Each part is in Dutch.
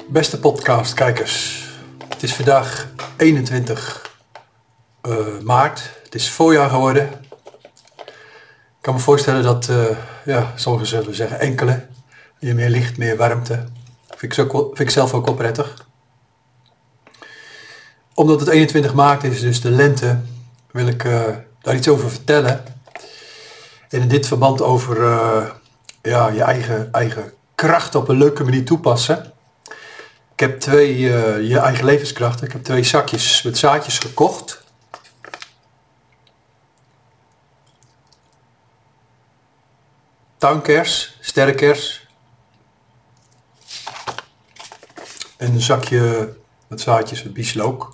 Beste podcastkijkers, het is vandaag 21 maart, het is voorjaar geworden. Ik kan me voorstellen dat, sommigen zullen zeggen enkele, hier meer licht, meer warmte. Vind ik zelf ook wel prettig. Omdat het 21 maart is, dus de lente, wil ik daar iets over vertellen. En in dit verband over je eigen kracht op een leuke manier toepassen. Ik heb je eigen levenskrachten. Ik heb 2 zakjes met zaadjes gekocht. Tuinkers, sterrenkers. En een zakje met zaadjes met bieslook.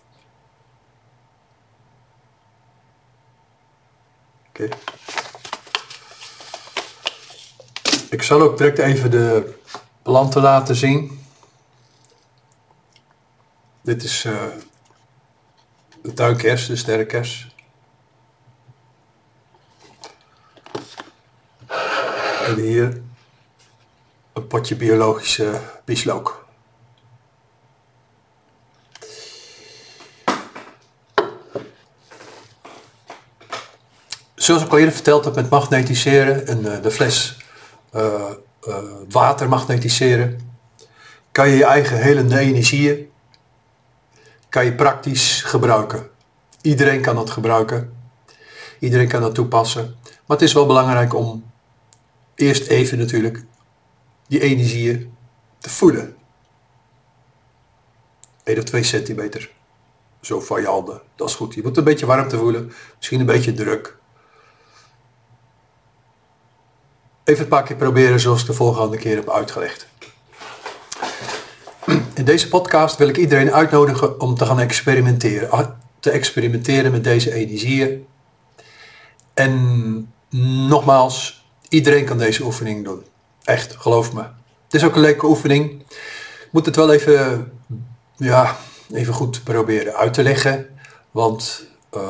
Oké. Ik zal ook direct even de planten laten zien. Dit is de tuinkers, de sterrenkers. En hier een potje biologische bieslook. Zoals ik al eerder verteld heb met magnetiseren en de fles water magnetiseren, kan je je eigen helende energieën kan je praktisch gebruiken. Iedereen kan dat gebruiken. Iedereen kan dat toepassen. Maar het is wel belangrijk om eerst even natuurlijk die energieën te voelen. 1 of 2 centimeter. Zo van je handen. Dat is goed. Je moet een beetje warmte voelen. Misschien een beetje druk. Even een paar keer proberen zoals ik de volgende keer heb uitgelegd. In deze podcast wil ik iedereen uitnodigen om te gaan experimenteren. Te experimenteren met deze energieën. En nogmaals, iedereen kan deze oefening doen. Echt, geloof me. Het is ook een leuke oefening. Ik moet het wel even goed proberen uit te leggen. Want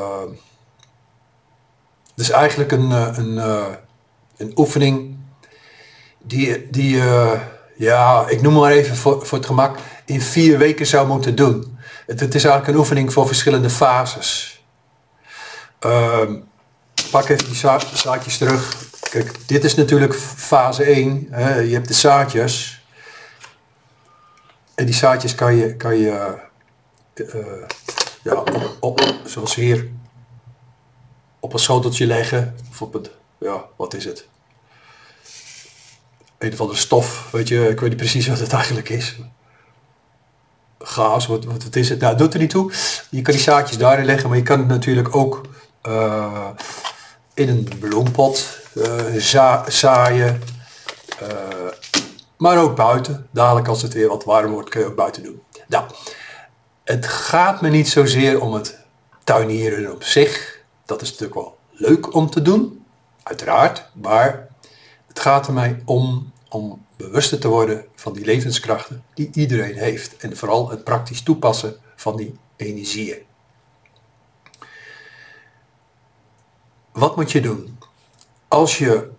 het is eigenlijk een oefening die ik noem maar even voor het gemak, in 4 weken zou moeten doen. Het is eigenlijk een oefening voor verschillende fases. Pak even die zaadjes terug. Kijk, dit is natuurlijk fase 1. Je hebt de zaadjes. En die zaadjes kan je zoals hier, op een schoteltje leggen. Of op het, wat is het? Een of andere stof, weet je, ik weet niet precies wat het eigenlijk is. Gaas, wat is het? Nou, doet er niet toe. Je kan die zaadjes daarin leggen, maar je kan het natuurlijk ook in een bloempot zaaien. Maar ook buiten. Dadelijk als het weer wat warm wordt, kun je ook buiten doen. Nou, het gaat me niet zozeer om het tuinieren op zich. Dat is natuurlijk wel leuk om te doen, uiteraard. Maar het gaat er mij om bewuster te worden van die levenskrachten die iedereen heeft. En vooral het praktisch toepassen van die energieën. Wat moet je doen? Als je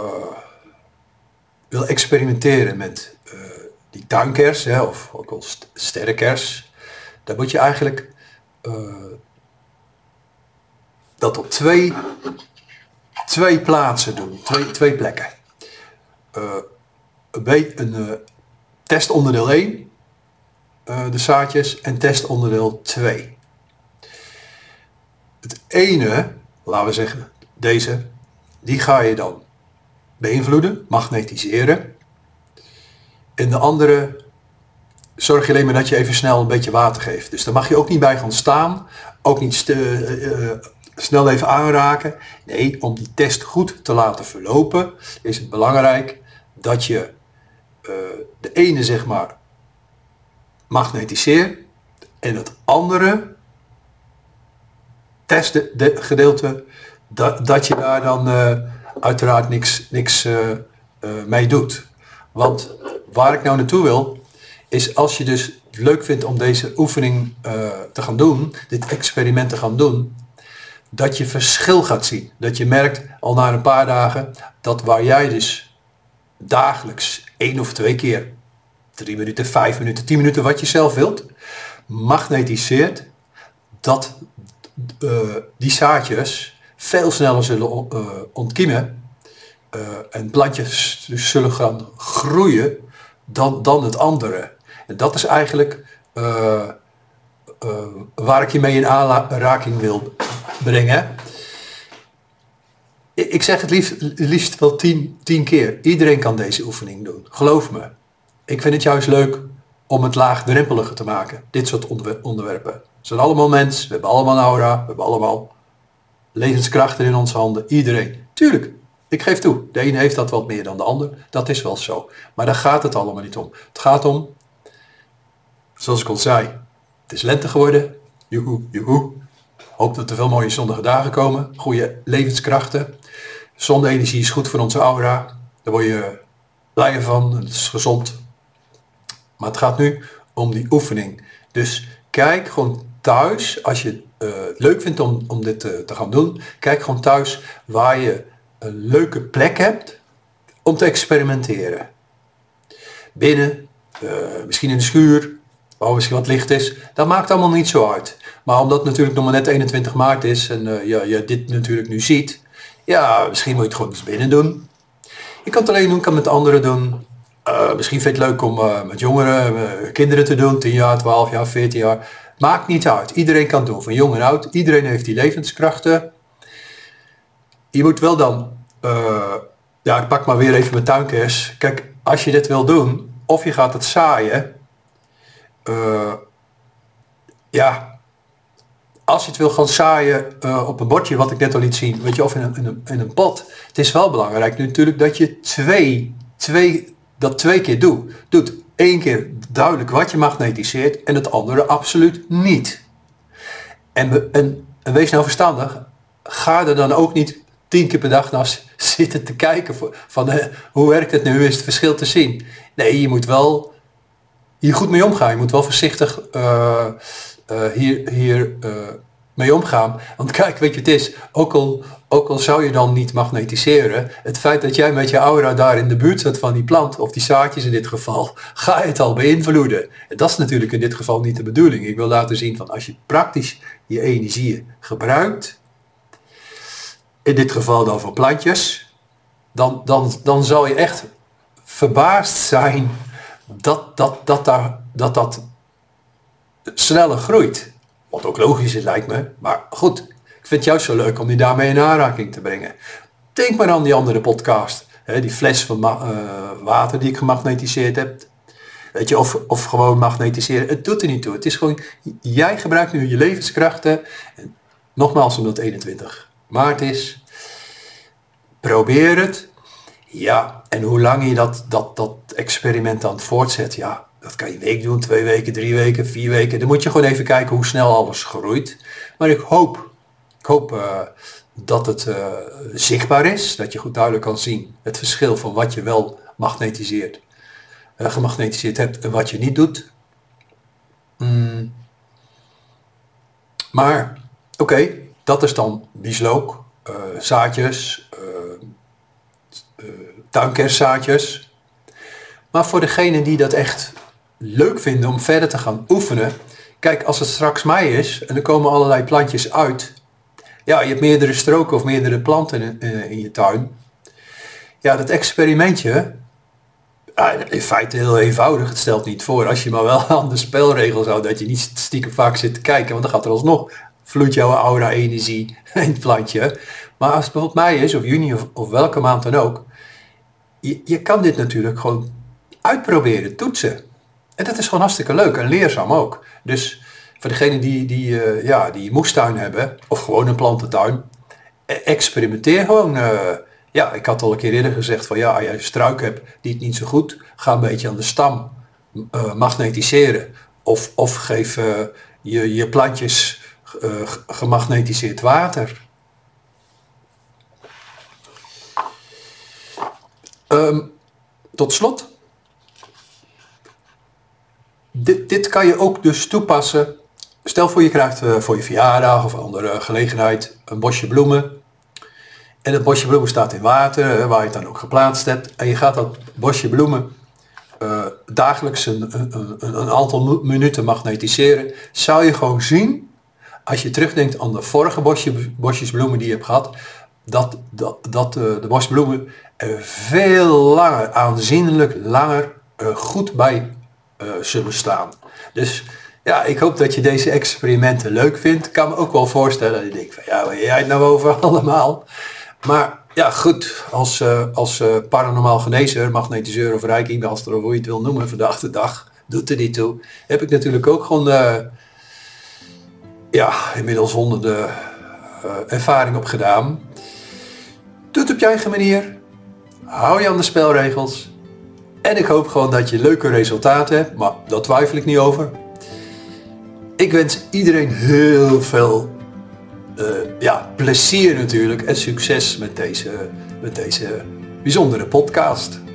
wil experimenteren met die tuinkers, of ook wel sterrenkers, dan moet je eigenlijk dat op twee plaatsen doen. Twee plekken. Testonderdeel 1, de zaadjes, en testonderdeel 2. Het ene, laten we zeggen, deze, die ga je dan beïnvloeden, magnetiseren. En de andere zorg je alleen maar dat je even snel een beetje water geeft. Dus daar mag je ook niet bij gaan staan, ook niet snel even aanraken. Nee, om die test goed te laten verlopen is het belangrijk dat je de ene zeg maar magnetiseert en het andere testgedeelte dat je daar dan uiteraard niks mee doet. Want waar ik nou naartoe wil is, als je dus het leuk vindt om deze oefening te gaan doen, dit experiment te gaan doen, dat je verschil gaat zien. Dat je merkt al na een paar dagen dat waar jij dus dagelijks 1 of 2 keer 3 minuten, 5 minuten, 10 minuten, wat je zelf wilt, magnetiseert dat die zaadjes veel sneller zullen ontkiemen en plantjes dus zullen gaan groeien dan het andere. En dat is eigenlijk waar ik je mee in aanraking wil brengen. Ik zeg het liefst wel 10 keer. Iedereen kan deze oefening doen. Geloof me. Ik vind het juist leuk om het laagdrempeliger te maken. Dit soort onderwerpen. We zijn allemaal mens. We hebben allemaal een aura. We hebben allemaal levenskrachten in onze handen. Iedereen. Tuurlijk. Ik geef toe. De ene heeft dat wat meer dan de ander. Dat is wel zo. Maar daar gaat het allemaal niet om. Het gaat om, zoals ik al zei. Het is lente geworden. Joehoe, joehoe. Hoop dat er veel mooie zonnige dagen komen. Goede levenskrachten. Zonne-energie is goed voor onze aura. Daar word je blijer van. Het is gezond. Maar het gaat nu om die oefening. Dus kijk gewoon thuis. Als je het leuk vindt om dit te gaan doen. Kijk gewoon thuis waar je een leuke plek hebt om te experimenteren. Binnen. Misschien in de schuur. Waar misschien wat licht is. Dat maakt allemaal niet zo uit. Maar omdat het natuurlijk nog maar net 21 maart is. En je dit natuurlijk nu ziet. Ja, misschien moet je het gewoon eens binnen doen. Je kan het alleen doen, kan het met anderen doen. Misschien vind je het leuk om met jongeren, kinderen te doen. 10 jaar, 12 jaar, 14 jaar. Maakt niet uit. Iedereen kan het doen. Van jong en oud. Iedereen heeft die levenskrachten. Je moet wel dan... ik pak maar weer even mijn tuinkers. Kijk, als je dit wil doen. Of je gaat het zaaien. Als je het wil gaan zaaien op een bordje, wat ik net al liet zien, weet je, of in een pot. Het is wel belangrijk natuurlijk dat je dat twee keer doet. 1 keer duidelijk wat je magnetiseert en het andere absoluut niet. En wees nou verstandig, ga er dan ook niet 10 keer per dag naar zitten te kijken van hoe werkt het nu, is het verschil te zien. Nee, je moet wel hier goed mee omgaan. Je moet wel voorzichtig hier mee omgaan. Want kijk, weet je, het is, ook al zou je dan niet magnetiseren, het feit dat jij met je aura daar in de buurt zit van die plant, of die zaadjes in dit geval, ga je het al beïnvloeden. En dat is natuurlijk in dit geval niet de bedoeling. Ik wil laten zien van als je praktisch je energieën gebruikt, in dit geval dan voor plantjes, dan zal je echt verbaasd zijn dat sneller groeit. Wat ook logisch is, lijkt me. Maar goed, ik vind het juist zo leuk om die daarmee in aanraking te brengen. Denk maar aan die andere podcast. Die fles van water die ik gemagnetiseerd heb. Weet je, of gewoon magnetiseren. Het doet er niet toe. Het is gewoon, jij gebruikt nu je levenskrachten. En nogmaals, omdat het 21 maart is. Probeer het. Ja, en hoe lang je dat experiment dan voortzet, ja, dat kan je een week doen, 2 weken, 3 weken, 4 weken. Dan moet je gewoon even kijken hoe snel alles groeit. Maar ik hoop dat het zichtbaar is, dat je goed duidelijk kan zien het verschil van wat je wel gemagnetiseerd hebt en wat je niet doet. Maar oké, dat is dan bieslook, zaadjes, tuinkerszaadjes. Maar voor degenen die dat echt leuk vinden om verder te gaan oefenen. Kijk, als het straks mei is en er komen allerlei plantjes uit. Ja, je hebt meerdere stroken of meerdere planten in je tuin. Ja, dat experimentje, in feite heel eenvoudig. Het stelt niet voor als je maar wel aan de spelregels houdt. Dat je niet stiekem vaak zit te kijken. Want dan gaat er alsnog, vloeit jouw aura-energie in het plantje. Maar als het bijvoorbeeld mei is of juni of welke maand dan ook. Je kan dit natuurlijk gewoon uitproberen, toetsen. En dat is gewoon hartstikke leuk en leerzaam ook. Dus voor degenen die moestuin hebben, of gewoon een plantentuin, experimenteer gewoon. Ik had al een keer eerder gezegd van als je een struik hebt die het niet zo goed, ga een beetje aan de stam magnetiseren. Of geef je plantjes gemagnetiseerd water. Tot slot. Dit kan je ook dus toepassen. Stel voor je krijgt voor je verjaardag of andere gelegenheid een bosje bloemen. En het bosje bloemen staat in water, waar je het dan ook geplaatst hebt. En je gaat dat bosje bloemen dagelijks een aantal minuten magnetiseren, zou je gewoon zien, als je terugdenkt aan de vorige bosjes bloemen die je hebt gehad, dat de bosbloemen er veel langer, aanzienlijk langer goed bij zullen staan. Dus ja, ik hoop dat je deze experimenten leuk vindt. Ik kan me ook wel voorstellen dat je denkt van ja, waar jij het nou over allemaal? Maar ja, goed, als paranormaal genezer, magnetiseur of reiki-master, of hoe je het wil noemen vandaag de dag, doet er niet toe, heb ik natuurlijk ook gewoon inmiddels honderden ervaring op gedaan. Doe het op je eigen manier. Hou je aan de spelregels. En ik hoop gewoon dat je leuke resultaten hebt, maar daar twijfel ik niet over. Ik wens iedereen heel veel plezier natuurlijk en succes met deze bijzondere podcast.